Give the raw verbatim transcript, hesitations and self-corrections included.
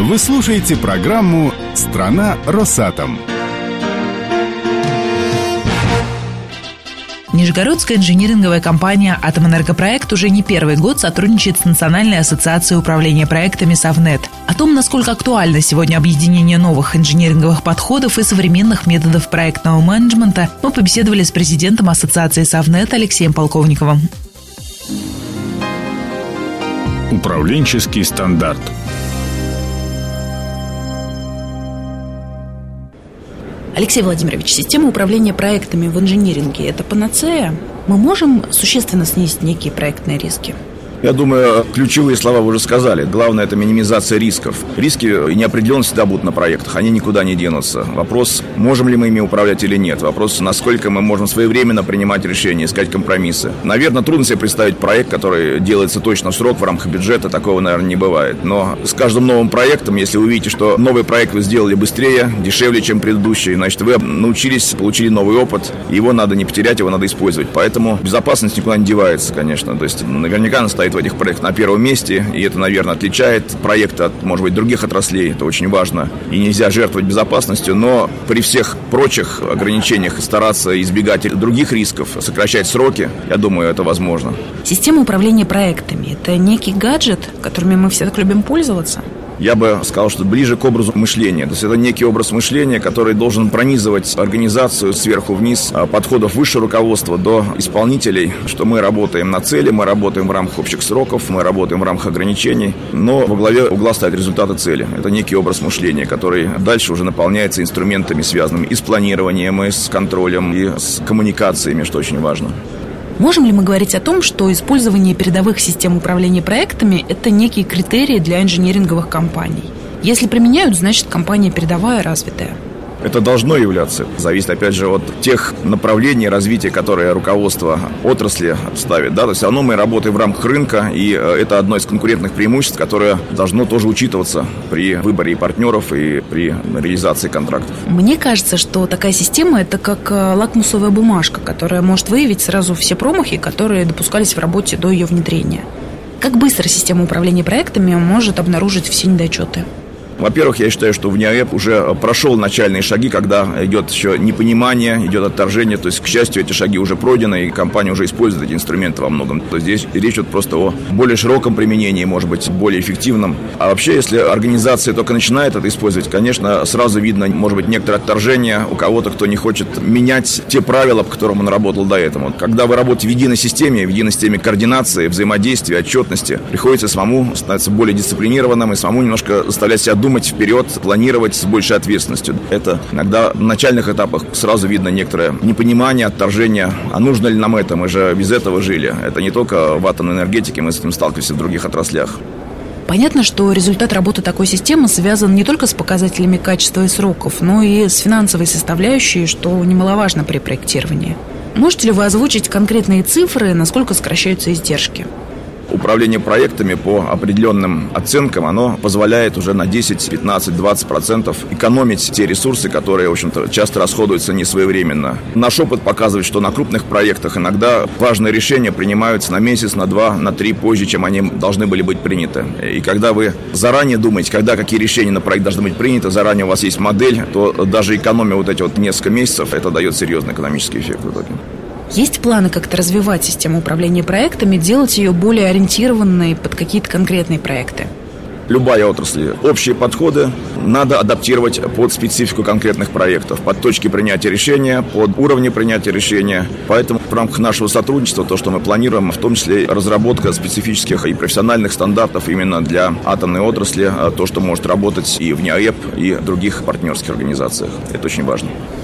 Вы слушаете программу «Страна Росатом». Нижегородская инжиниринговая компания «Атомэнергопроект» уже не первый год сотрудничает с Национальной ассоциацией управления проектами «Совнет». О том, насколько актуально сегодня объединение новых инжиниринговых подходов и современных методов проектного менеджмента, мы побеседовали с президентом ассоциации «Совнет» Алексеем Полковниковым. Управленческий стандарт. Алексей Владимирович, система управления проектами в инжиниринге – это панацея? Мы можем существенно снизить некие проектные риски? Я думаю, ключевые слова вы уже сказали. Главное – это минимизация рисков. Риски и неопределенность всегда будут на проектах, они никуда не денутся. Вопрос, можем ли мы ими управлять или нет. Вопрос, насколько мы можем своевременно принимать решения, искать компромиссы. Наверное, трудно себе представить проект, который делается точно в срок, в рамках бюджета. Такого, наверное, не бывает. Но с каждым новым проектом, если вы видите, что новый проект вы сделали быстрее, дешевле, чем предыдущий, значит, вы научились, получили новый опыт. Его надо не потерять, его надо использовать. Поэтому безопасность никуда не девается, конечно. То есть наверняка она стоит в этих проектах на первом месте, и это, наверное, отличает проекты от, может быть, других отраслей. Это очень важно. И нельзя жертвовать безопасностью, но при всех прочих ограничениях стараться избегать других рисков, сокращать сроки, я думаю, это возможно. Система управления проектами – это некий гаджет, которыми мы все так любим пользоваться? Я бы сказал, что ближе к образу мышления. То есть это некий образ мышления, который должен пронизывать организацию сверху вниз, от подходов высшего руководства до исполнителей, что мы работаем на цели, мы работаем в рамках общих сроков, мы работаем в рамках ограничений, но во главе угла стоят результаты цели. Это некий образ мышления, который дальше уже наполняется инструментами, связанными и с планированием, и с контролем, и с коммуникациями, что очень важно. Можем ли мы говорить о том, что использование передовых систем управления проектами – это некие критерии для инжиниринговых компаний? Если применяют, значит, компания передовая, развитая. Это должно являться. Зависит, опять же, от тех направлений развития, которые руководство отрасли ставит. Да? То есть оно мы работаем в рамках рынка, и это одно из конкурентных преимуществ, которое должно тоже учитываться при выборе и партнеров, и при реализации контрактов. Мне кажется, что такая система – это как лакмусовая бумажка, которая может выявить сразу все промахи, которые допускались в работе до ее внедрения. Как быстро система управления проектами может обнаружить все недочеты? Во-первых, я считаю, что в НИАЭП уже прошел начальные шаги, когда идет еще непонимание, идет отторжение. То есть, к счастью, эти шаги уже пройдены, и компания уже использует эти инструменты во многом. То есть здесь речь идет просто о более широком применении, может быть, более эффективном. А вообще, если организация только начинает это использовать, конечно, сразу видно, может быть, некоторое отторжение у кого-то, кто не хочет менять те правила, по которым он работал до этого. Когда вы работаете в единой системе, в единой системе координации, взаимодействия, отчетности, приходится самому становиться более дисциплинированным и самому немножко заставлять себя думать вперед, планировать с большей ответственностью. Это иногда в начальных этапах сразу видно некоторое непонимание, отторжение. А нужно ли нам это? Мы же без этого жили. Это не только в атомной энергетике, мы с этим сталкиваемся в других отраслях. Понятно, что результат работы такой системы связан не только с показателями качества и сроков, но и с финансовой составляющей, что немаловажно при проектировании. Можете ли вы озвучить конкретные цифры, насколько сокращаются издержки? Управление проектами по определенным оценкам, оно позволяет уже на десять, пятнадцать, двадцать процентов экономить те ресурсы, которые, в общем-то, часто расходуются несвоевременно. Наш опыт показывает, что на крупных проектах иногда важные решения принимаются на месяц, на два, на три позже, чем они должны были быть приняты. И когда вы заранее думаете, когда какие решения на проект должны быть приняты, заранее у вас есть модель, то даже экономия вот эти вот несколько месяцев, это дает серьезный экономический эффект в итоге. Есть планы как-то развивать систему управления проектами, делать ее более ориентированной под какие-то конкретные проекты? Любая отрасль. Общие подходы надо адаптировать под специфику конкретных проектов, под точки принятия решения, под уровни принятия решения. Поэтому в рамках нашего сотрудничества, то, что мы планируем, в том числе разработка специфических и профессиональных стандартов именно для атомной отрасли, то, что может работать и в НИАЭП, и в других партнерских организациях. Это очень важно.